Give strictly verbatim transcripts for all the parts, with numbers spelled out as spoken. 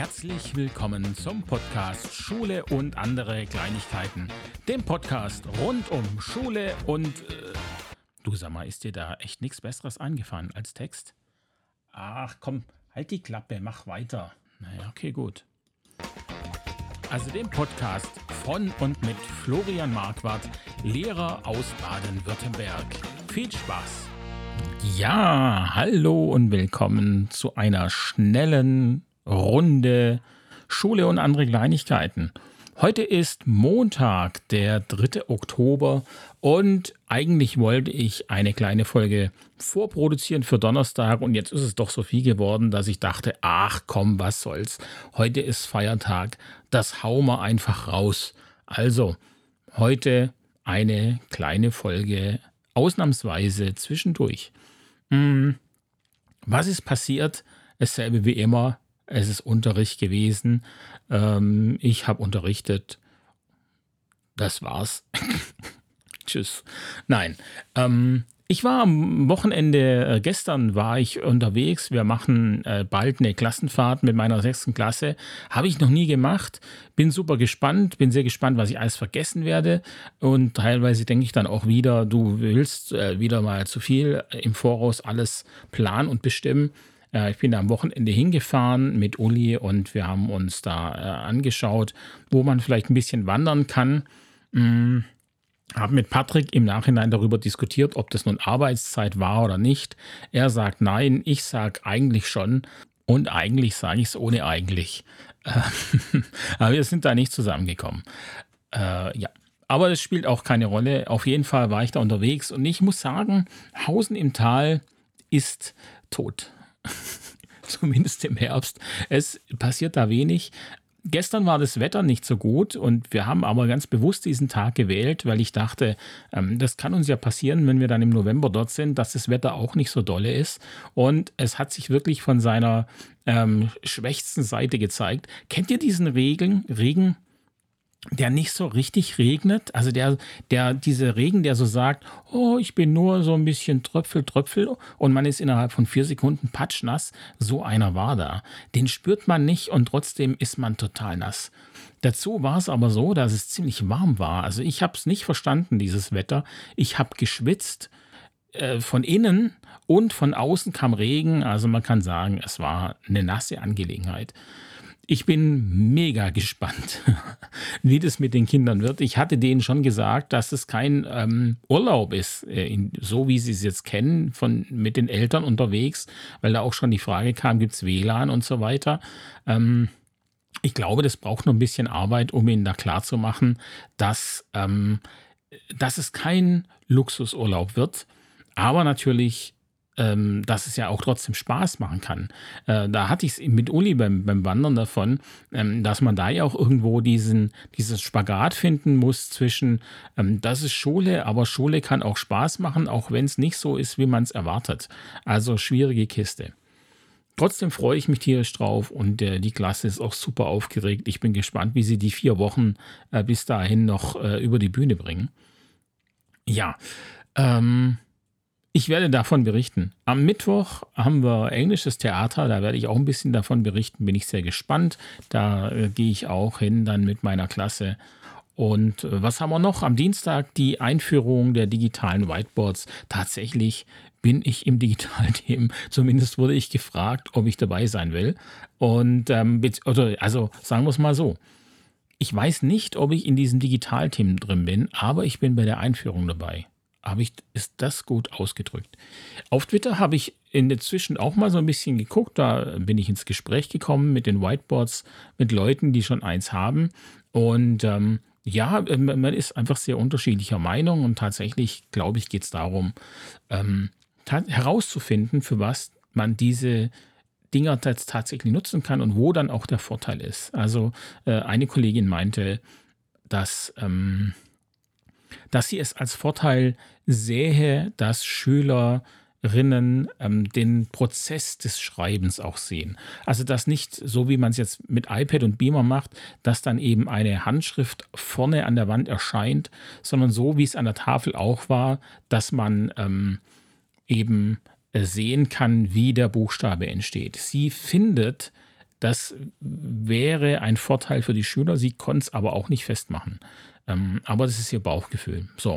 Herzlich willkommen zum Podcast Schule und andere Kleinigkeiten. Dem Podcast rund um Schule und... Äh, du sag mal, ist dir da echt nichts Besseres eingefallen als Text? Ach komm, halt die Klappe, mach weiter. Naja, okay, gut. Also dem Podcast von und mit Florian Marquardt, Lehrer aus Baden-Württemberg. Viel Spaß! Ja, hallo und willkommen zu einer schnellen Runde Schule und andere Kleinigkeiten. Heute ist Montag, der dritte Oktober und eigentlich wollte ich eine kleine Folge vorproduzieren für Donnerstag und jetzt ist es doch so viel geworden, dass ich dachte, ach komm, was soll's. Heute ist Feiertag, das hauen wir einfach raus. Also, heute eine kleine Folge ausnahmsweise zwischendurch. Hm, was ist passiert? Dasselbe wie immer. Es ist Unterricht gewesen. Ähm, ich habe unterrichtet. Das war's. Tschüss. Nein. Ähm, ich war am Wochenende, äh, gestern war ich unterwegs. Wir machen äh, bald eine Klassenfahrt mit meiner sechsten Klasse. Habe ich noch nie gemacht. Bin super gespannt. Bin sehr gespannt, was ich alles vergessen werde. Und teilweise denke ich dann auch wieder, du willst äh, wieder mal zu viel im Voraus alles planen und bestimmen. Ich bin da am Wochenende hingefahren mit Uli und wir haben uns da äh, angeschaut, wo man vielleicht ein bisschen wandern kann. Hm, habe mit Patrick im Nachhinein darüber diskutiert, ob das nun Arbeitszeit war oder nicht. Er sagt nein, ich sage eigentlich schon und eigentlich sage ich es ohne eigentlich. Äh, aber wir sind da nicht zusammengekommen. Äh, ja. Aber das spielt auch keine Rolle. Auf jeden Fall war ich da unterwegs und ich muss sagen, Hausen im Tal ist tot. Zumindest im Herbst. Es passiert da wenig. Gestern war das Wetter nicht so gut und wir haben aber ganz bewusst diesen Tag gewählt, weil ich dachte, ähm, das kann uns ja passieren, wenn wir dann im November dort sind, dass das Wetter auch nicht so dolle ist. Und es hat sich wirklich von seiner ähm, schwächsten Seite gezeigt. Kennt ihr diesen Regen, Regen, der nicht so richtig regnet? Also der, der, diese Regen, der so sagt, oh, ich bin nur so ein bisschen Tröpfel, Tröpfel und man ist innerhalb von vier Sekunden patschnass. So einer war da. Den spürt man nicht und trotzdem ist man total nass. Dazu war es aber so, dass es ziemlich warm war. Also ich habe es nicht verstanden, dieses Wetter. Ich habe geschwitzt. Äh, von innen und von außen kam Regen. Also man kann sagen, es war eine nasse Angelegenheit. Ich bin mega gespannt, wie das mit den Kindern wird. Ich hatte denen schon gesagt, dass es kein ähm, Urlaub ist, äh, in, so wie sie es jetzt kennen, von, mit den Eltern unterwegs, weil da auch schon die Frage kam, gibt es W L A N und so weiter. Ähm, ich glaube, das braucht noch ein bisschen Arbeit, um ihnen da klarzumachen, dass, ähm, dass es kein Luxusurlaub wird, aber natürlich Ähm, dass es ja auch trotzdem Spaß machen kann. Äh, da hatte ich es mit Uli beim, beim Wandern davon, ähm, dass man da ja auch irgendwo diesen, dieses Spagat finden muss zwischen, ähm, das ist Schule, aber Schule kann auch Spaß machen, auch wenn es nicht so ist, wie man es erwartet. Also schwierige Kiste. Trotzdem freue ich mich tierisch drauf und äh, die Klasse ist auch super aufgeregt. Ich bin gespannt, wie sie die vier Wochen äh, bis dahin noch äh, über die Bühne bringen. Ja, ähm... Ich werde davon berichten. Am Mittwoch haben wir englisches Theater, da werde ich auch ein bisschen davon berichten, bin ich sehr gespannt. Da äh, gehe ich auch hin dann mit meiner Klasse. Und äh, was haben wir noch? Am Dienstag die Einführung der digitalen Whiteboards. Tatsächlich bin ich im Digitalteam, zumindest wurde ich gefragt, ob ich dabei sein will. Und ähm, oder, also sagen wir es mal so. Ich weiß nicht, ob ich in diesem Digitalteam drin bin, aber ich bin bei der Einführung dabei. Habe ich, ist das gut ausgedrückt. Auf Twitter habe ich in der Zwischen auch mal so ein bisschen geguckt. Da bin ich ins Gespräch gekommen mit den Whiteboards, mit Leuten, die schon eins haben. Und ähm, ja, man ist einfach sehr unterschiedlicher Meinung. Und tatsächlich, glaube ich, geht es darum, ähm, ta- herauszufinden, für was man diese Dinger tats- tatsächlich nutzen kann und wo dann auch der Vorteil ist. Also äh, eine Kollegin meinte, dass... Ähm, dass sie es als Vorteil sähe, dass Schülerinnen ähm, den Prozess des Schreibens auch sehen. Also dass nicht so, wie man es jetzt mit iPad und Beamer macht, dass dann eben eine Handschrift vorne an der Wand erscheint, sondern so, wie es an der Tafel auch war, dass man ähm, eben sehen kann, wie der Buchstabe entsteht. Sie findet, Das wäre ein Vorteil für die Schüler. Sie konnten es aber auch nicht festmachen. Ähm, aber das ist ihr Bauchgefühl. So.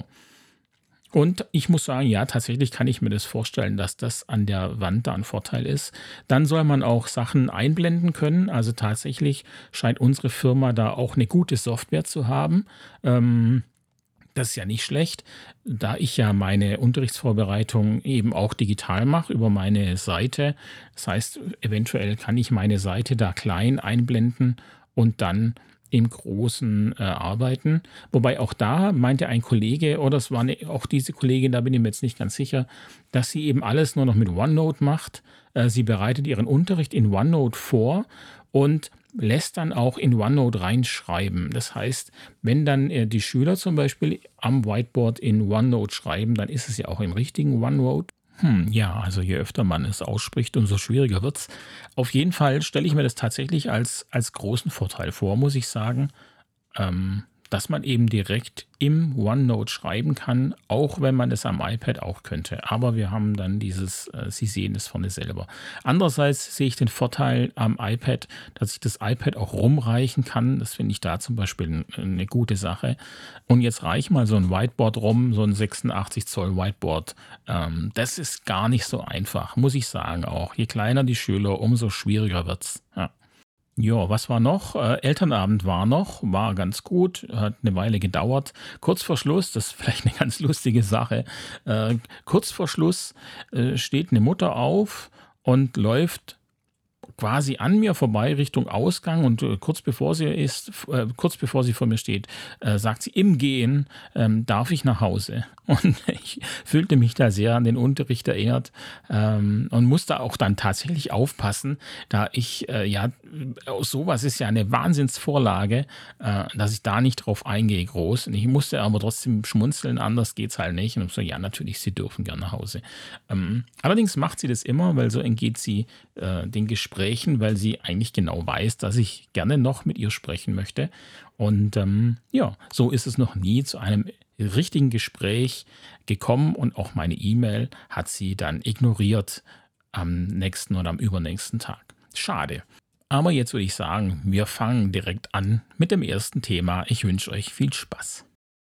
Und ich muss sagen, ja, tatsächlich kann ich mir das vorstellen, dass das an der Wand da ein Vorteil ist. Dann soll man auch Sachen einblenden können. Also tatsächlich scheint unsere Firma da auch eine gute Software zu haben. Ähm, Das ist ja nicht schlecht, da ich ja meine Unterrichtsvorbereitung eben auch digital mache über meine Seite. Das heißt, eventuell kann ich meine Seite da klein einblenden und dann im Großen äh, arbeiten. Wobei auch da meinte ein Kollege, oder es war ne, auch diese Kollegin, da bin ich mir jetzt nicht ganz sicher, dass sie eben alles nur noch mit OneNote macht. Äh, sie bereitet ihren Unterricht in OneNote vor und lässt dann auch in OneNote reinschreiben. Das heißt, wenn dann äh, die Schüler zum Beispiel am Whiteboard in OneNote schreiben, dann ist es ja auch im richtigen OneNote. Hm, ja, also je öfter man es ausspricht, umso schwieriger wird's. Auf jeden Fall stelle ich mir das tatsächlich als, als großen Vorteil vor, muss ich sagen, ähm, dass man eben direkt im OneNote schreiben kann, auch wenn man es am iPad auch könnte. Aber wir haben dann dieses, äh, Sie sehen es vorne selber. Andererseits sehe ich den Vorteil am iPad, dass ich das iPad auch rumreichen kann. Das finde ich da zum Beispiel n- eine gute Sache. Und jetzt reich mal so ein Whiteboard rum, so ein sechsundachtzig Zoll Whiteboard. Ähm, das ist gar nicht so einfach, muss ich sagen auch. Je kleiner die Schüler, umso schwieriger wird's. Ja. Ja, was war noch? Äh, Elternabend war noch, war ganz gut, hat eine Weile gedauert. Kurz vor Schluss, das ist vielleicht eine ganz lustige Sache, äh, kurz vor Schluss äh, steht eine Mutter auf und läuft quasi an mir vorbei Richtung Ausgang und äh, kurz bevor sie ist, äh, kurz bevor sie vor mir steht, äh, sagt sie im Gehen, ähm, darf ich nach Hause? Und ich fühlte mich da sehr an den Unterricht erinnert ähm, und musste auch dann tatsächlich aufpassen, da ich, äh, ja, sowas ist ja eine Wahnsinnsvorlage, äh, dass ich da nicht drauf eingehe groß. Und ich musste aber trotzdem schmunzeln, anders geht's halt nicht. Und ich so, ja, natürlich, Sie dürfen gerne nach Hause. Ähm, allerdings macht sie das immer, weil so entgeht sie äh, den Gesprächen, weil sie eigentlich genau weiß, dass ich gerne noch mit ihr sprechen möchte. Und ähm, ja, so ist es noch nie zu einem richtigen Gespräch gekommen und auch meine E-Mail hat sie dann ignoriert am nächsten oder am übernächsten Tag. Schade. Aber jetzt würde ich sagen, wir fangen direkt an mit dem ersten Thema. Ich wünsche euch viel Spaß.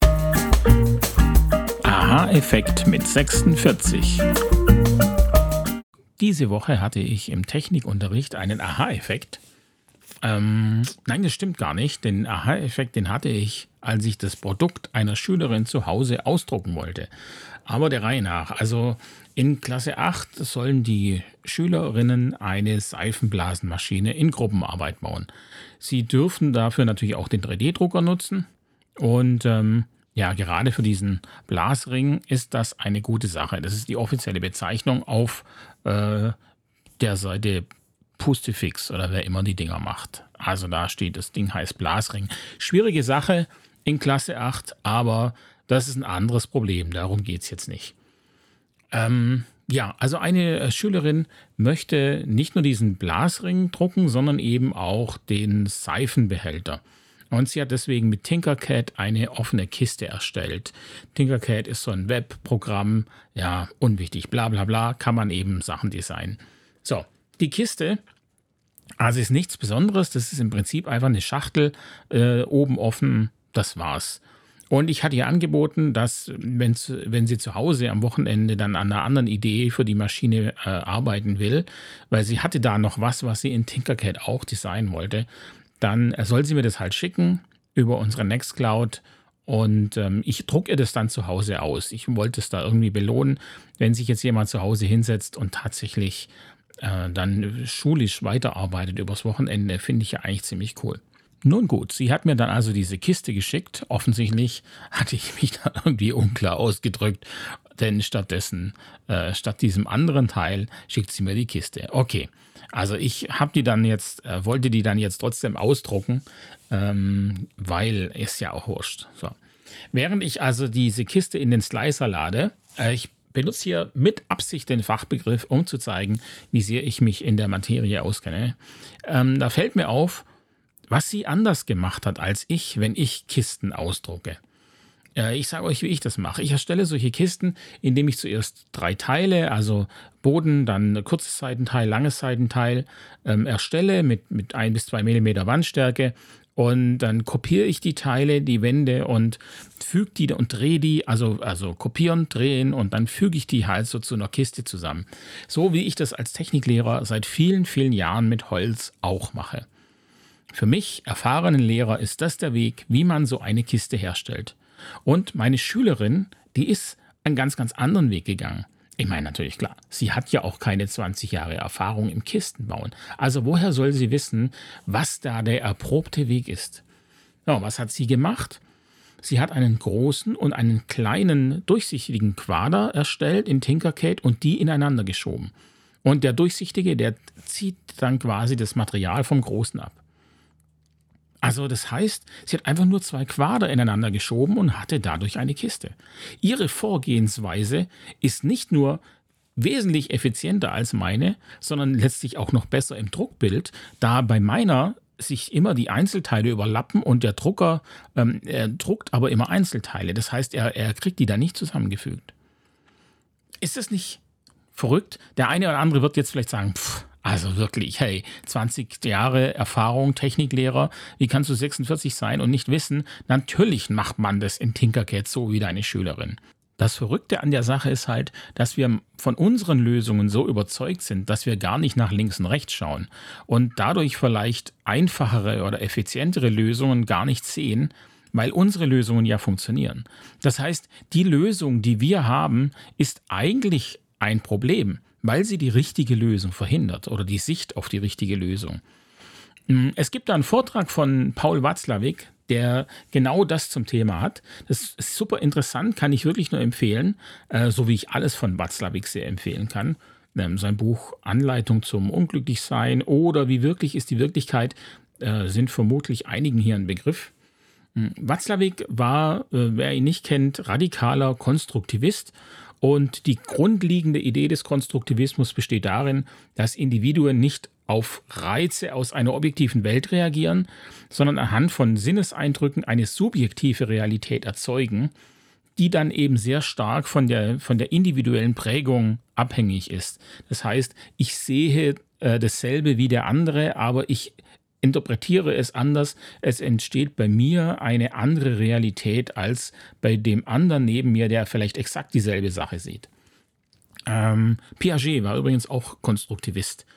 Aha-Effekt mit sechsundvierzig. Diese Woche hatte ich im Technikunterricht einen Aha-Effekt. Ähm, nein, das stimmt gar nicht. Den Aha-Effekt, den hatte ich, als ich das Produkt einer Schülerin zu Hause ausdrucken wollte. Aber der Reihe nach. Also in Klasse acht sollen die Schülerinnen eine Seifenblasenmaschine in Gruppenarbeit bauen. Sie dürfen dafür natürlich auch den drei D-Drucker nutzen. Und ähm, ja, gerade für diesen Blasring ist das eine gute Sache. Das ist die offizielle Bezeichnung auf äh, der Seite Pustifix oder wer immer die Dinger macht. Also da steht, das Ding heißt Blasring. Schwierige Sache in Klasse acht, aber das ist ein anderes Problem. Darum geht es jetzt nicht. Ähm, ja, also eine äh, Schülerin möchte nicht nur diesen Blasring drucken, sondern eben auch den Seifenbehälter. Und sie hat deswegen mit Tinkercad eine offene Kiste erstellt. Tinkercad ist so ein Webprogramm, ja, unwichtig, bla bla bla, kann man eben Sachen designen. So, die Kiste, also ist nichts Besonderes, das ist im Prinzip einfach eine Schachtel, äh, oben offen, das war's. Und ich hatte ihr angeboten, dass, wenn's, wenn sie zu Hause am Wochenende dann an einer anderen Idee für die Maschine äh, arbeiten will, weil sie hatte da noch was, was sie in Tinkercad auch designen wollte, dann äh, soll sie mir das halt schicken über unsere Nextcloud und ähm, ich drucke ihr das dann zu Hause aus. Ich wollte es da irgendwie belohnen, wenn sich jetzt jemand zu Hause hinsetzt und tatsächlich äh, dann schulisch weiterarbeitet übers Wochenende, finde ich ja eigentlich ziemlich cool. Nun gut, sie hat mir dann also diese Kiste geschickt. Offensichtlich hatte ich mich da irgendwie unklar ausgedrückt, denn stattdessen, äh, statt diesem anderen Teil, schickt sie mir die Kiste. Okay, also ich habe die dann jetzt, äh, wollte die dann jetzt trotzdem ausdrucken, ähm, weil ist ja auch wurscht. So. Während ich also diese Kiste in den Slicer lade, äh, ich benutze hier mit Absicht den Fachbegriff, um zu zeigen, wie sehr ich mich in der Materie auskenne. Ähm, da fällt mir auf, was sie anders gemacht hat als ich, wenn ich Kisten ausdrucke. Äh, ich sage euch, wie ich das mache. Ich erstelle solche Kisten, indem ich zuerst drei Teile, also Boden, dann ein kurzes Seitenteil, langes Seitenteil, ähm, erstelle mit, mit ein bis zwei Millimeter Wandstärke. Und dann kopiere ich die Teile, die Wände und füge die und drehe die, also, also kopieren, drehen und dann füge ich die halt so zu einer Kiste zusammen. So wie ich das als Techniklehrer seit vielen, vielen Jahren mit Holz auch mache. Für mich, erfahrenen Lehrer, ist das der Weg, wie man so eine Kiste herstellt. Und meine Schülerin, die ist einen ganz, ganz anderen Weg gegangen. Ich meine natürlich klar, sie hat ja auch keine zwanzig Jahre Erfahrung im Kistenbauen. Also woher soll sie wissen, was da der erprobte Weg ist? Ja, was hat sie gemacht? Sie hat einen großen und einen kleinen durchsichtigen Quader erstellt in Tinkercad und die ineinander geschoben. Und der durchsichtige, der zieht dann quasi das Material vom großen ab. Also das heißt, sie hat einfach nur zwei Quader ineinander geschoben und hatte dadurch eine Kiste. Ihre Vorgehensweise ist nicht nur wesentlich effizienter als meine, sondern letztlich auch noch besser im Druckbild, da bei meiner sich immer die Einzelteile überlappen und der Drucker ähm, er druckt aber immer Einzelteile. Das heißt, er, er kriegt die da nicht zusammengefügt. Ist das nicht verrückt? Der eine oder andere wird jetzt vielleicht sagen, pff, also wirklich, hey, zwanzig Jahre Erfahrung, Techniklehrer, wie kannst du sechsundvierzig sein und nicht wissen? Natürlich macht man das in Tinkercad so wie deine Schülerin. Das Verrückte an der Sache ist halt, dass wir von unseren Lösungen so überzeugt sind, dass wir gar nicht nach links und rechts schauen und dadurch vielleicht einfachere oder effizientere Lösungen gar nicht sehen, weil unsere Lösungen ja funktionieren. Das heißt, die Lösung, die wir haben, ist eigentlich ein Problem, weil sie die richtige Lösung verhindert oder die Sicht auf die richtige Lösung. Es gibt da einen Vortrag von Paul Watzlawick, der genau das zum Thema hat. Das ist super interessant, kann ich wirklich nur empfehlen, äh, so wie ich alles von Watzlawick sehr empfehlen kann. Ähm, sein Buch Anleitung zum Unglücklichsein oder Wie wirklich ist die Wirklichkeit äh, sind vermutlich einigen hier ein Begriff. Watzlawick war, äh, wer ihn nicht kennt, radikaler Konstruktivist. Und die grundlegende Idee des Konstruktivismus besteht darin, dass Individuen nicht auf Reize aus einer objektiven Welt reagieren, sondern anhand von Sinneseindrücken eine subjektive Realität erzeugen, die dann eben sehr stark von der, von der individuellen Prägung abhängig ist. Das heißt, ich sehe äh, dasselbe wie der andere, aber ich interpretiere es anders. Es entsteht bei mir eine andere Realität als bei dem anderen neben mir, der vielleicht exakt dieselbe Sache sieht. Ähm, Piaget war übrigens auch Konstruktivist.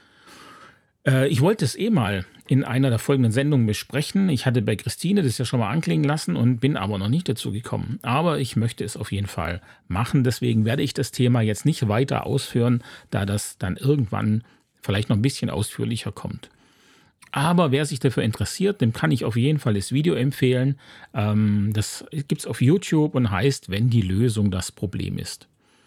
Äh, ich wollte es eh mal in einer der folgenden Sendungen besprechen. Ich hatte bei Christine das ja schon mal anklingen lassen und bin aber noch nicht dazu gekommen. Aber ich möchte es auf jeden Fall machen. Deswegen werde ich das Thema jetzt nicht weiter ausführen, da das dann irgendwann vielleicht noch ein bisschen ausführlicher kommt. Aber wer sich dafür interessiert, dem kann ich auf jeden Fall das Video empfehlen. Ähm, das gibt es auf YouTube und heißt, wenn die Lösung das Problem ist.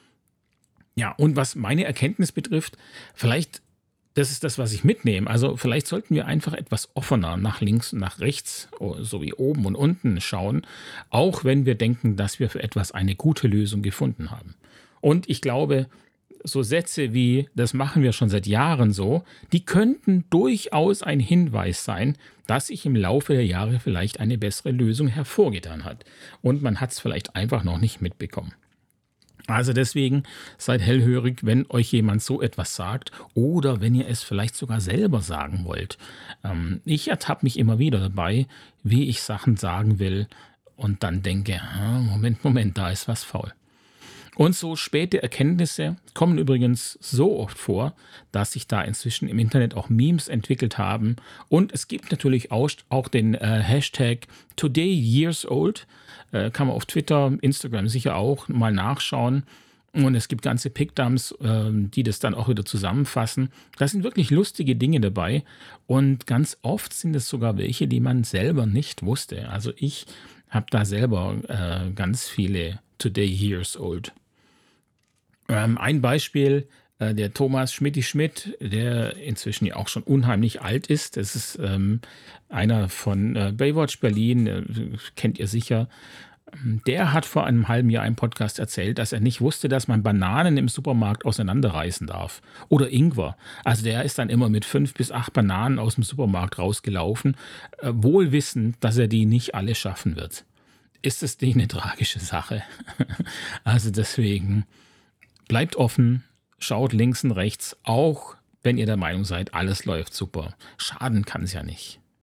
Ja, und was meine Erkenntnis betrifft, vielleicht, das ist das, was ich mitnehme. Also vielleicht sollten wir einfach etwas offener nach links und nach rechts, sowie oben und unten schauen, auch wenn wir denken, dass wir für etwas eine gute Lösung gefunden haben. Und ich glaube, so Sätze wie, das machen wir schon seit Jahren so, die könnten durchaus ein Hinweis sein, dass sich im Laufe der Jahre vielleicht eine bessere Lösung hervorgetan hat. Und man hat es vielleicht einfach noch nicht mitbekommen. Also deswegen seid hellhörig, wenn euch jemand so etwas sagt oder wenn ihr es vielleicht sogar selber sagen wollt. Ähm, ich ertappe mich immer wieder dabei, wie ich Sachen sagen will und dann denke, Moment, Moment, da ist was faul. Und so späte Erkenntnisse kommen übrigens so oft vor, dass sich da inzwischen im Internet auch Memes entwickelt haben. Und es gibt natürlich auch, auch den äh, Hashtag TodayYearsOld. Äh, kann man auf Twitter, Instagram sicher auch mal nachschauen. Und es gibt ganze Pickdumps, äh, die das dann auch wieder zusammenfassen. Da sind wirklich lustige Dinge dabei. Und ganz oft sind es sogar welche, die man selber nicht wusste. Also ich habe da selber äh, ganz viele TodayYearsOld. Ähm, ein Beispiel, äh, der Thomas Schmidti-Schmidt, der inzwischen ja auch schon unheimlich alt ist. Das ist ähm, einer von äh, Baywatch Berlin, äh, kennt ihr sicher. Der hat vor einem halben Jahr im Podcast erzählt, dass er nicht wusste, dass man Bananen im Supermarkt auseinanderreißen darf. Oder Ingwer. Also der ist dann immer mit fünf bis acht Bananen aus dem Supermarkt rausgelaufen, äh, wohl wissend, dass er die nicht alle schaffen wird. ist es nicht eine tragische Sache. Also deswegen bleibt offen, schaut links und rechts, auch wenn ihr der Meinung seid, alles läuft super. Schaden kann es ja nicht.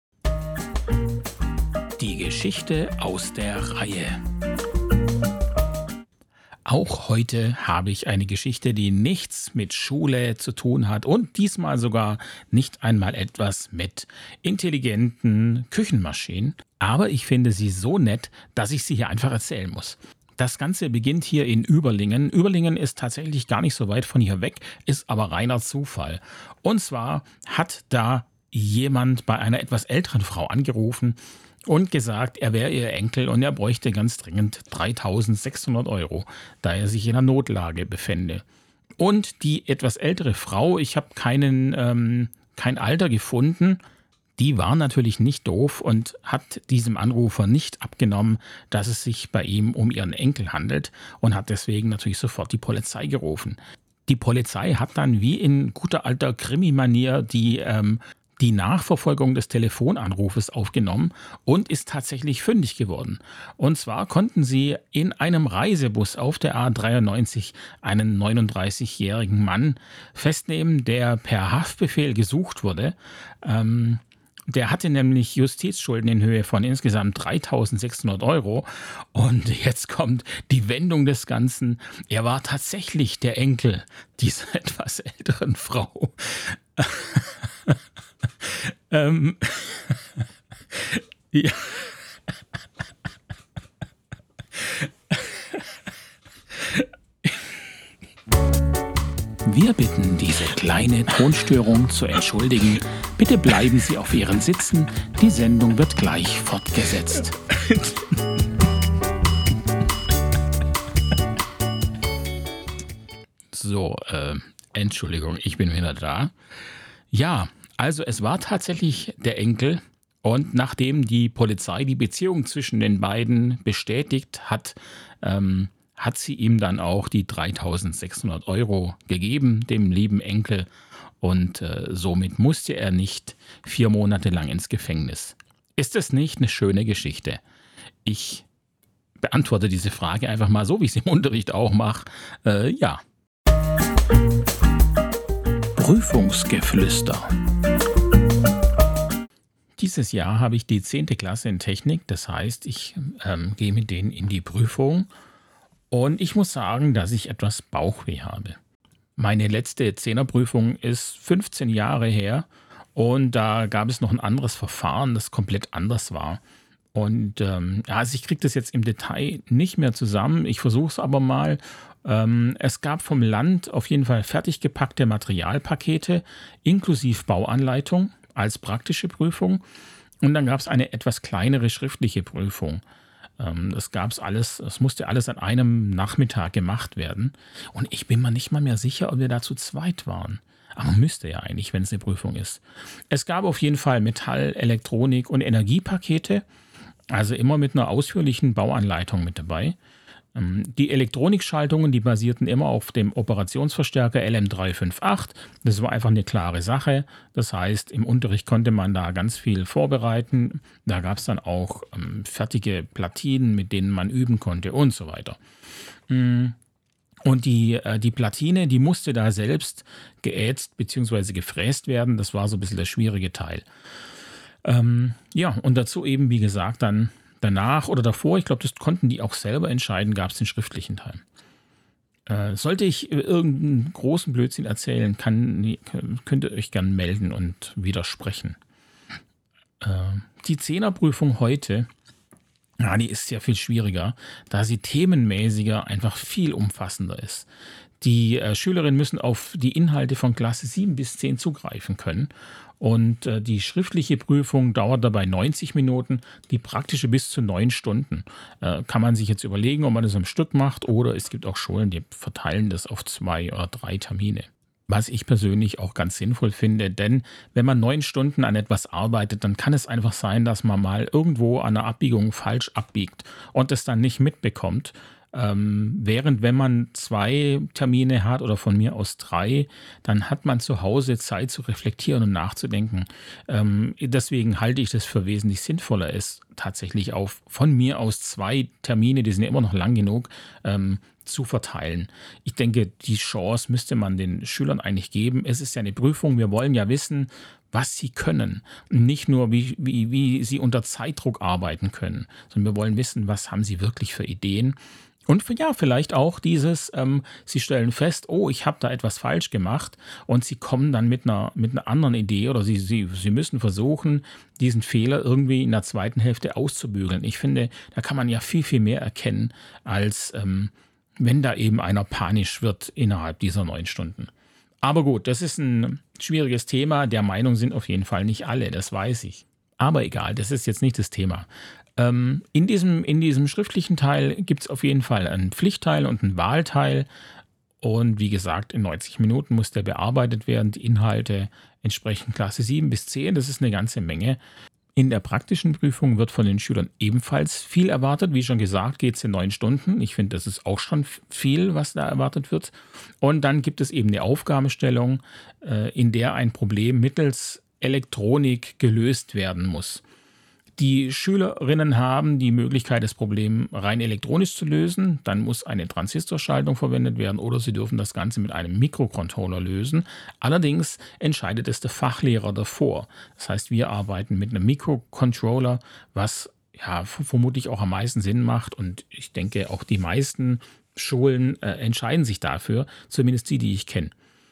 Die Geschichte aus der Reihe. Auch heute habe ich eine Geschichte, die nichts mit Schule zu tun hat und diesmal sogar nicht einmal etwas mit intelligenten Küchenmaschinen. Aber ich finde sie so nett, dass ich sie hier einfach erzählen muss. Das Ganze beginnt hier in Überlingen. Überlingen ist tatsächlich gar nicht so weit von hier weg, ist aber reiner Zufall. Und zwar hat da jemand bei einer etwas älteren Frau angerufen und gesagt, er wäre ihr Enkel und er bräuchte ganz dringend dreitausendsechshundert Euro, da er sich in einer Notlage befände. Und die etwas ältere Frau, ich habe keinen, ähm, kein Alter gefunden, die war natürlich nicht doof und hat diesem Anrufer nicht abgenommen, dass es sich bei ihm um ihren Enkel handelt und hat deswegen natürlich sofort die Polizei gerufen. Die Polizei hat dann wie in guter alter Krimi-Manier die ähm, die Nachverfolgung des Telefonanrufes aufgenommen und ist tatsächlich fündig geworden. Und zwar konnten sie in einem Reisebus auf der A dreiundneunzig einen neununddreißigjährigen Mann festnehmen, der per Haftbefehl gesucht wurde. Ähm, der hatte nämlich Justizschulden in Höhe von insgesamt dreitausendsechshundert Euro. Und jetzt kommt die Wendung des Ganzen. Er war tatsächlich der Enkel dieser etwas älteren Frau. ähm, ja. Wir bitten, diese kleine Tonstörung zu entschuldigen. Bitte bleiben Sie auf Ihren Sitzen. Die Sendung wird gleich fortgesetzt. So, äh, Entschuldigung, ich bin wieder da. Ja, also es war tatsächlich der Enkel und nachdem die Polizei die Beziehung zwischen den beiden bestätigt hat, ähm, hat sie ihm dann auch die dreitausendsechshundert Euro gegeben, dem lieben Enkel. Und äh, somit musste er nicht vier Monate lang ins Gefängnis. Ist es nicht eine schöne Geschichte? Ich beantworte diese Frage einfach mal so, wie ich es im Unterricht auch mache. Äh, ja. Prüfungsgeflüster. Dieses Jahr habe ich die zehnte Klasse in Technik, das heißt, ich ähm, gehe mit denen in die Prüfung und ich muss sagen, dass ich etwas Bauchweh habe. Meine letzte Zehnerprüfung ist fünfzehn Jahre her und da gab es noch ein anderes Verfahren, das komplett anders war. Und ähm, also ich kriege das jetzt im Detail nicht mehr zusammen, ich versuche es aber mal. Ähm, es gab vom Land auf jeden Fall fertig gepackte Materialpakete inklusive Bauanleitung als praktische Prüfung und dann gab es eine etwas kleinere schriftliche Prüfung. Ähm, das gab's alles, es musste alles an einem Nachmittag gemacht werden und ich bin mir nicht mal mehr sicher, ob wir da zu zweit waren. Aber müsste ja eigentlich, wenn es eine Prüfung ist. Es gab auf jeden Fall Metall-, Elektronik- und Energiepakete, also immer mit einer ausführlichen Bauanleitung mit dabei. Die Elektronikschaltungen, die basierten immer auf dem Operationsverstärker L M drei fünf acht. Das war einfach eine klare Sache. Das heißt, im Unterricht konnte man da ganz viel vorbereiten. Da gab es dann auch ähm, fertige Platinen, mit denen man üben konnte und so weiter. Und die, äh, die Platine, die musste da selbst geätzt bzw. gefräst werden. Das war so ein bisschen der schwierige Teil. Ähm, ja, und dazu eben, wie gesagt, dann danach oder davor, ich glaube, das konnten die auch selber entscheiden, gab es den schriftlichen Teil. Äh, sollte ich irgendeinen großen Blödsinn erzählen, kann, könnt ihr euch gern melden und widersprechen. Äh, die Zehnerprüfung heute, ja, die ist ja viel schwieriger, da sie themenmäßiger einfach viel umfassender ist. Die äh, Schülerinnen müssen auf die Inhalte von Klasse sieben bis zehn zugreifen können. Und äh, die schriftliche Prüfung dauert dabei neunzig Minuten, die praktische bis zu neun Stunden. Äh, kann man sich jetzt überlegen, ob man das am Stück macht oder es gibt auch Schulen, die verteilen das auf zwei oder drei Termine. Was ich persönlich auch ganz sinnvoll finde, denn wenn man neun Stunden an etwas arbeitet, dann kann es einfach sein, dass man mal irgendwo an einer Abbiegung falsch abbiegt und es dann nicht mitbekommt. Ähm, während wenn man zwei Termine hat oder von mir aus drei, dann hat man zu Hause Zeit zu reflektieren und nachzudenken. Ähm, deswegen halte ich das für wesentlich sinnvoller, es tatsächlich auf von mir aus zwei Termine, die sind ja immer noch lang genug, ähm, zu verteilen. Ich denke, die Chance müsste man den Schülern eigentlich geben. Es ist ja eine Prüfung, wir wollen ja wissen, was sie können. Und nicht nur, wie, wie, wie sie unter Zeitdruck arbeiten können, sondern wir wollen wissen, was haben sie wirklich für Ideen. Und für, ja, vielleicht auch dieses, ähm, sie stellen fest, oh, ich habe da etwas falsch gemacht und sie kommen dann mit einer, mit einer anderen Idee oder sie, sie, sie müssen versuchen, diesen Fehler irgendwie in der zweiten Hälfte auszubügeln. Ich finde, da kann man ja viel, viel mehr erkennen, als ähm, wenn da eben einer panisch wird innerhalb dieser neun Stunden. Aber gut, das ist ein schwieriges Thema. Der Meinung sind auf jeden Fall nicht alle, das weiß ich. Aber egal, das ist jetzt nicht das Thema. Ähm, in diesem, in diesem schriftlichen Teil gibt es auf jeden Fall einen Pflichtteil und einen Wahlteil. Und wie gesagt, in neunzig Minuten muss der bearbeitet werden. Die Inhalte entsprechen Klasse sieben bis zehn, das ist eine ganze Menge. In der praktischen Prüfung wird von den Schülern ebenfalls viel erwartet. Wie schon gesagt, geht es in neun Stunden. Ich finde, das ist auch schon viel, was da erwartet wird. Und dann gibt es eben eine Aufgabenstellung, äh, in der ein Problem mittels Elektronik gelöst werden muss. Die Schülerinnen haben die Möglichkeit, das Problem rein elektronisch zu lösen. Dann muss eine Transistorschaltung verwendet werden oder sie dürfen das Ganze mit einem Mikrocontroller lösen. Allerdings entscheidet es der Fachlehrer davor. Das heißt, wir arbeiten mit einem Mikrocontroller, was ja vermutlich auch am meisten Sinn macht. Und ich denke, auch die meisten Schulen äh, entscheiden sich dafür, zumindest die, die ich kenne.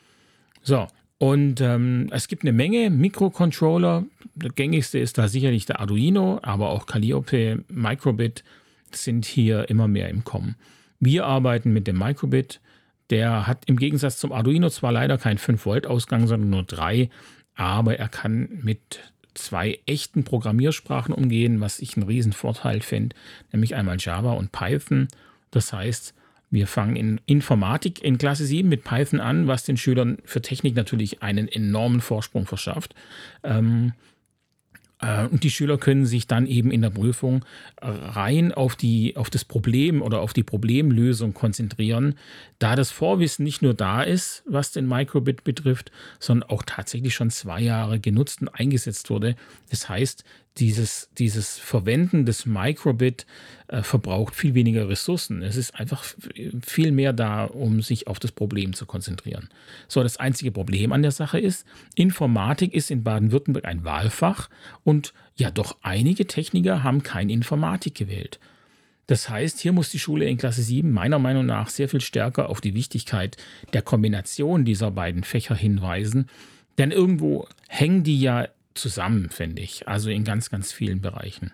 So. Und ähm, es gibt eine Menge Mikrocontroller. Der gängigste ist da sicherlich der Arduino, aber auch Calliope, Microbit sind hier immer mehr im Kommen. Wir arbeiten mit dem Microbit. Der hat im Gegensatz zum Arduino zwar leider keinen fünf Volt Ausgang, sondern nur drei, aber er kann mit zwei echten Programmiersprachen umgehen, was ich einen riesen Vorteil finde, nämlich einmal Java und Python. Das heißt, wir fangen in Informatik in Klasse sieben mit Python an, was den Schülern für Technik natürlich einen enormen Vorsprung verschafft. Ähm, äh, und die Schüler können sich dann eben in der Prüfung rein auf, die, auf das Problem oder auf die Problemlösung konzentrieren, da das Vorwissen nicht nur da ist, was den Microbit betrifft, sondern auch tatsächlich schon zwei Jahre genutzt und eingesetzt wurde. Das heißt, Dieses, dieses Verwenden des Microbit äh, verbraucht viel weniger Ressourcen. Es ist einfach viel mehr da, um sich auf das Problem zu konzentrieren. So, das einzige Problem an der Sache ist, Informatik ist in Baden-Württemberg ein Wahlfach und ja, doch einige Techniker haben keine Informatik gewählt. Das heißt, hier muss die Schule in Klasse sieben meiner Meinung nach sehr viel stärker auf die Wichtigkeit der Kombination dieser beiden Fächer hinweisen, denn irgendwo hängen die ja zusammen, finde ich, also in ganz, ganz vielen Bereichen.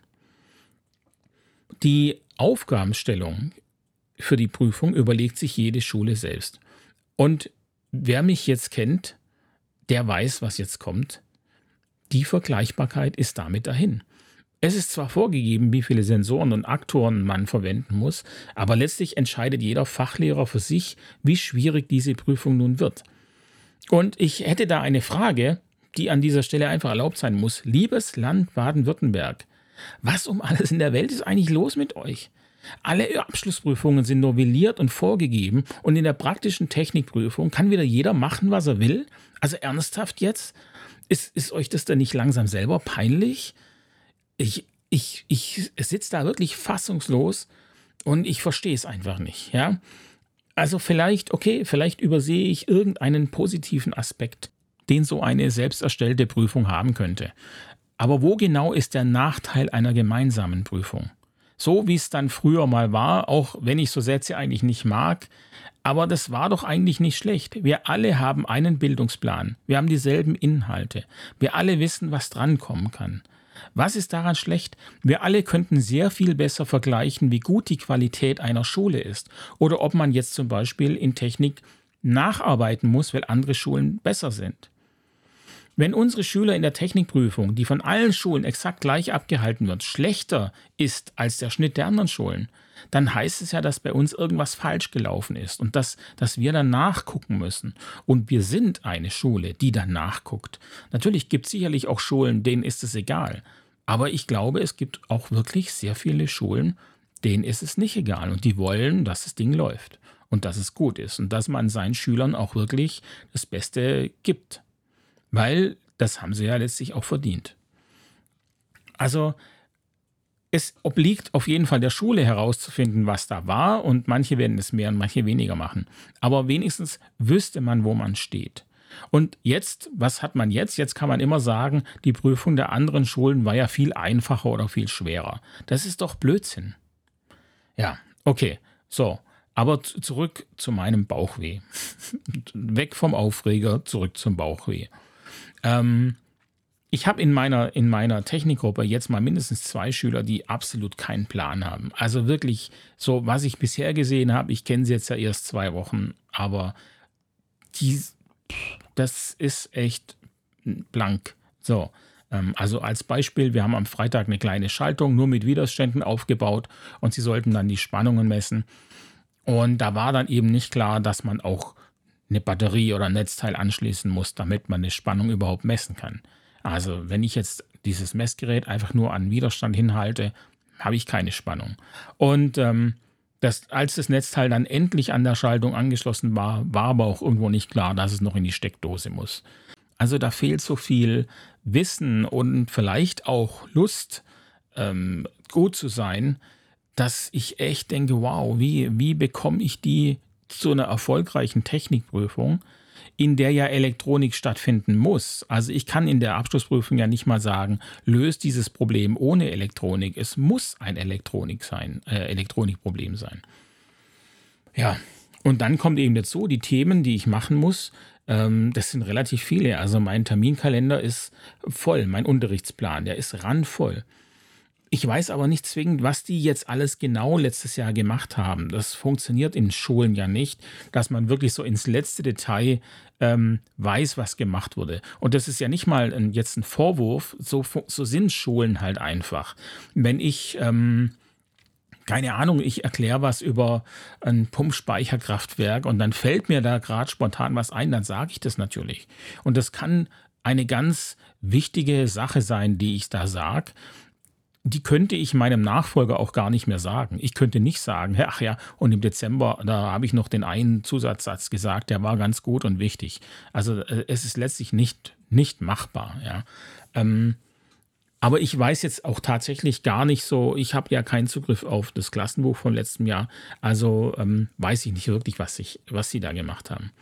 Die Aufgabenstellung für die Prüfung überlegt sich jede Schule selbst. Und wer mich jetzt kennt, der weiß, was jetzt kommt. Die Vergleichbarkeit ist damit dahin. Es ist zwar vorgegeben, wie viele Sensoren und Aktoren man verwenden muss, aber letztlich entscheidet jeder Fachlehrer für sich, wie schwierig diese Prüfung nun wird. Und ich hätte da eine Frage, die an dieser Stelle einfach erlaubt sein muss. Liebes Land Baden-Württemberg, was um alles in der Welt ist eigentlich los mit euch? Alle Abschlussprüfungen sind novelliert und vorgegeben und in der praktischen Technikprüfung kann wieder jeder machen, was er will? Also ernsthaft jetzt? Ist, ist euch das denn nicht langsam selber peinlich? Ich, ich, ich sitze da wirklich fassungslos und ich verstehe es einfach nicht. Ja? Also vielleicht, okay, vielleicht übersehe ich irgendeinen positiven Aspekt, den so eine selbst erstellte Prüfung haben könnte. Aber wo genau ist der Nachteil einer gemeinsamen Prüfung? So wie es dann früher mal war, auch wenn ich so Sätze eigentlich nicht mag, aber das war doch eigentlich nicht schlecht. Wir alle haben einen Bildungsplan, wir haben dieselben Inhalte, wir alle wissen, was drankommen kann. Was ist daran schlecht? Wir alle könnten sehr viel besser vergleichen, wie gut die Qualität einer Schule ist oder ob man jetzt zum Beispiel in Technik nacharbeiten muss, weil andere Schulen besser sind. Wenn unsere Schüler in der Technikprüfung, die von allen Schulen exakt gleich abgehalten wird, schlechter ist als der Schnitt der anderen Schulen, dann heißt es ja, dass bei uns irgendwas falsch gelaufen ist und dass, dass wir dann nachgucken müssen. Und wir sind eine Schule, die dann nachguckt. Natürlich gibt es sicherlich auch Schulen, denen ist es egal. Aber ich glaube, es gibt auch wirklich sehr viele Schulen, denen ist es nicht egal und die wollen, dass das Ding läuft und dass es gut ist und dass man seinen Schülern auch wirklich das Beste gibt, weil das haben sie ja letztlich auch verdient. Also es obliegt auf jeden Fall der Schule herauszufinden, was da war und manche werden es mehr und manche weniger machen. Aber wenigstens wüsste man, wo man steht. Und jetzt, was hat man jetzt? Jetzt kann man immer sagen, die Prüfung der anderen Schulen war ja viel einfacher oder viel schwerer. Das ist doch Blödsinn. Ja, okay, so. Aber z- zurück zu meinem Bauchweh. Weg vom Aufreger, zurück zum Bauchweh. Ähm, Ich habe in meiner, in meiner Technikgruppe jetzt mal mindestens zwei Schüler, die absolut keinen Plan haben. Also wirklich, so was ich bisher gesehen habe, ich kenne sie jetzt ja erst zwei Wochen, aber die, das ist echt blank. So, ähm, also als Beispiel, wir haben am Freitag eine kleine Schaltung nur mit Widerständen aufgebaut und sie sollten dann die Spannungen messen. Und da war dann eben nicht klar, dass man auch eine Batterie oder ein Netzteil anschließen muss, damit man eine Spannung überhaupt messen kann. Also wenn ich jetzt dieses Messgerät einfach nur an Widerstand hinhalte, habe ich keine Spannung. Und ähm, das, als das Netzteil dann endlich an der Schaltung angeschlossen war, war aber auch irgendwo nicht klar, dass es noch in die Steckdose muss. Also da fehlt so viel Wissen und vielleicht auch Lust, ähm, gut zu sein, dass ich echt denke, wow, wie, wie bekomme ich die zu einer erfolgreichen Technikprüfung, in der ja Elektronik stattfinden muss. Also ich kann in der Abschlussprüfung ja nicht mal sagen, löst dieses Problem ohne Elektronik. Es muss ein Elektronik sein, äh, Elektronikproblem sein. Ja, und dann kommt eben dazu, die Themen, die ich machen muss, ähm, das sind relativ viele. Also mein Terminkalender ist voll, mein Unterrichtsplan, der ist randvoll. Ich weiß aber nicht zwingend, was die jetzt alles genau letztes Jahr gemacht haben. Das funktioniert in Schulen ja nicht, dass man wirklich so ins letzte Detail ähm, weiß, was gemacht wurde. Und das ist ja nicht mal ein, jetzt ein Vorwurf, so, fu- so sind Schulen halt einfach. Wenn ich, ähm, keine Ahnung, ich erkläre was über ein Pumpspeicherkraftwerk und dann fällt mir da gerade spontan was ein, dann sage ich das natürlich. Und das kann eine ganz wichtige Sache sein, die ich da sage. Die könnte ich meinem Nachfolger auch gar nicht mehr sagen. Ich könnte nicht sagen, ach ja, und im Dezember, da habe ich noch den einen Zusatzsatz gesagt, der war ganz gut und wichtig. Also äh, es ist letztlich nicht, nicht machbar. Ja. Ähm, aber ich weiß jetzt auch tatsächlich gar nicht so, ich habe ja keinen Zugriff auf das Klassenbuch von letztem Jahr, also ähm, weiß ich nicht wirklich, was, ich, was sie da gemacht haben.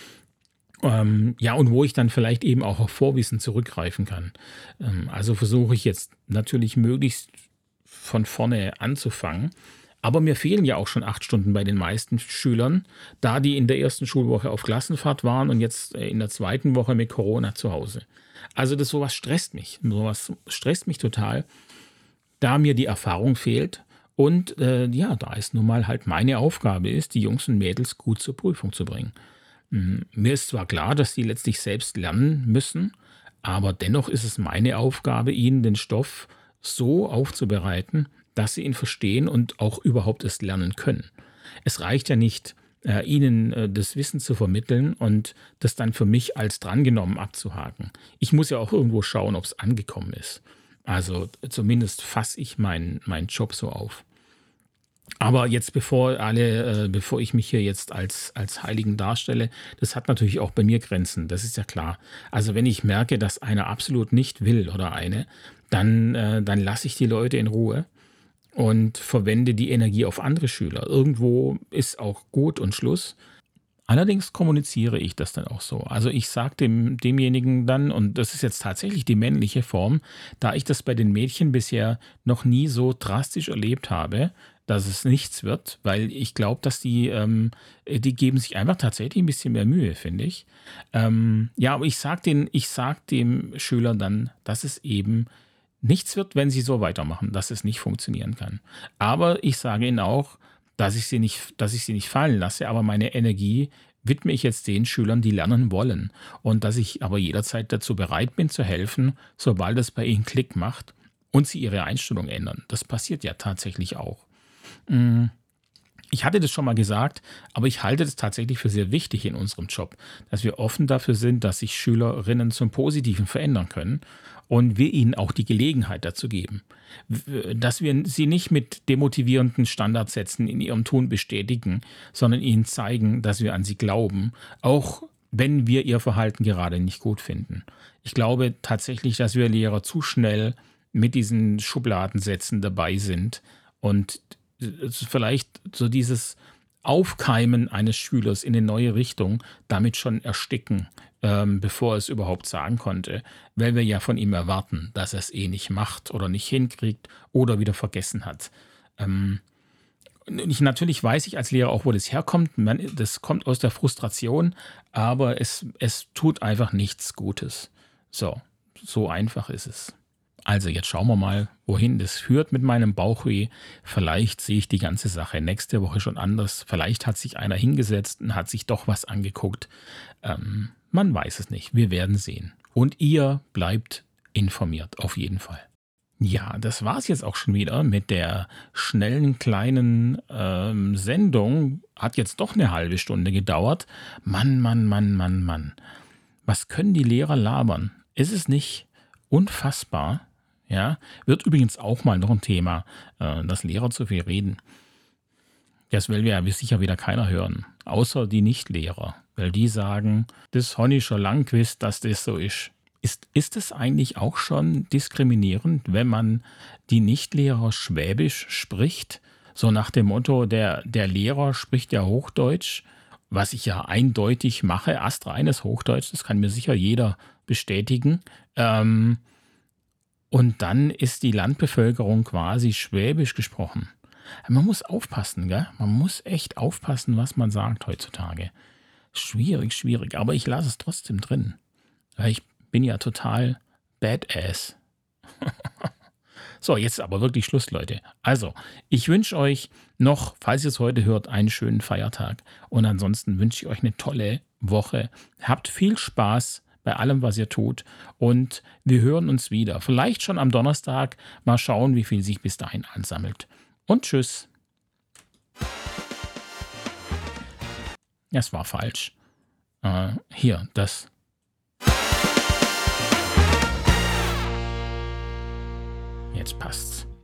Ähm, ja, und wo ich dann vielleicht eben auch auf Vorwissen zurückgreifen kann. Ähm, also versuche ich jetzt natürlich möglichst von vorne anzufangen. Aber mir fehlen ja auch schon acht Stunden bei den meisten Schülern, da die in der ersten Schulwoche auf Klassenfahrt waren und jetzt äh, in der zweiten Woche mit Corona zu Hause. Also das sowas stresst mich. Sowas stresst mich total, da mir die Erfahrung fehlt. Und äh, ja, da es nun mal halt meine Aufgabe ist, die Jungs und Mädels gut zur Prüfung zu bringen. Mm, Mir ist zwar klar, dass die letztlich selbst lernen müssen, aber dennoch ist es meine Aufgabe, ihnen den Stoff so aufzubereiten, dass sie ihn verstehen und auch überhaupt erst lernen können. Es reicht ja nicht, äh, ihnen äh, das Wissen zu vermitteln und das dann für mich als drangenommen abzuhaken. Ich muss ja auch irgendwo schauen, ob es angekommen ist. Also zumindest fasse ich meinen meinen Job so auf. Aber jetzt, bevor alle, äh, bevor ich mich hier jetzt als, als Heiligen darstelle, das hat natürlich auch bei mir Grenzen, das ist ja klar. Also wenn ich merke, dass einer absolut nicht will oder eine, dann, äh, dann lasse ich die Leute in Ruhe und verwende die Energie auf andere Schüler. Irgendwo ist auch gut und Schluss. Allerdings kommuniziere ich das dann auch so. Also ich sage dem, demjenigen dann, und das ist jetzt tatsächlich die männliche Form, da ich das bei den Mädchen bisher noch nie so drastisch erlebt habe, dass es nichts wird, weil ich glaube, dass die, ähm, die geben sich einfach tatsächlich ein bisschen mehr Mühe, finde ich. Ähm, ja, aber ich sage den, ich sag dem Schüler dann, dass es eben nichts wird, wenn sie so weitermachen, dass es nicht funktionieren kann. Aber ich sage ihnen auch, dass ich sie nicht, dass ich sie nicht fallen lasse, aber meine Energie widme ich jetzt den Schülern, die lernen wollen. Und dass ich aber jederzeit dazu bereit bin, zu helfen, sobald es bei ihnen Klick macht und sie ihre Einstellung ändern. Das passiert ja tatsächlich auch. Mm, Ich hatte das schon mal gesagt, aber ich halte das tatsächlich für sehr wichtig in unserem Job, dass wir offen dafür sind, dass sich Schülerinnen zum Positiven verändern können und wir ihnen auch die Gelegenheit dazu geben. W- Dass wir sie nicht mit demotivierenden Standardsätzen in ihrem Tun bestätigen, sondern ihnen zeigen, dass wir an sie glauben, auch wenn wir ihr Verhalten gerade nicht gut finden. Ich glaube tatsächlich, dass wir Lehrer zu schnell mit diesen Schubladensätzen dabei sind und vielleicht so dieses Aufkeimen eines Schülers in eine neue Richtung damit schon ersticken, ähm, bevor er es überhaupt sagen konnte, weil wir ja von ihm erwarten, dass er es eh nicht macht oder nicht hinkriegt oder wieder vergessen hat. Ähm, ich, natürlich weiß ich als Lehrer auch, wo das herkommt. Man, das kommt aus der Frustration, aber es, es tut einfach nichts Gutes. So, so einfach ist es. Also jetzt schauen wir mal, wohin das führt mit meinem Bauchweh. Vielleicht sehe ich die ganze Sache nächste Woche schon anders. Vielleicht hat sich einer hingesetzt und hat sich doch was angeguckt. Ähm, man weiß es nicht. Wir werden sehen. Und ihr bleibt informiert, auf jeden Fall. Ja, das war's jetzt auch schon wieder mit der schnellen kleinen ähm, Sendung. Hat jetzt doch eine halbe Stunde gedauert. Mann, Mann, Mann, Mann, Mann. Was können die Lehrer labern? Ist es nicht unfassbar? Ja, wird übrigens auch mal noch ein Thema, äh, dass Lehrer zu viel reden. Das will ja sicher wieder keiner hören, außer die Nichtlehrer, weil die sagen, das habe ich schon lang gewusst, dass das so ist. Ist, ist es eigentlich auch schon diskriminierend, wenn man die Nichtlehrer Schwäbisch spricht? So nach dem Motto, der, der Lehrer spricht ja Hochdeutsch, was ich ja eindeutig mache, astreines Hochdeutsch, das kann mir sicher jeder bestätigen. Ähm, und dann ist die Landbevölkerung quasi Schwäbisch gesprochen. Man muss aufpassen, gell? Man muss echt aufpassen, was man sagt heutzutage. Schwierig, schwierig, aber ich lasse es trotzdem drin. Weil ich bin ja total badass. So, jetzt aber wirklich Schluss, Leute. Also, ich wünsche euch noch, falls ihr es heute hört, einen schönen Feiertag. Und ansonsten wünsche ich euch eine tolle Woche. Habt viel Spaß bei allem, was ihr tut. Und wir hören uns wieder. Vielleicht schon am Donnerstag. Mal schauen, wie viel sich bis dahin ansammelt. Und tschüss. Das war falsch. Äh, hier, das. Jetzt passt's.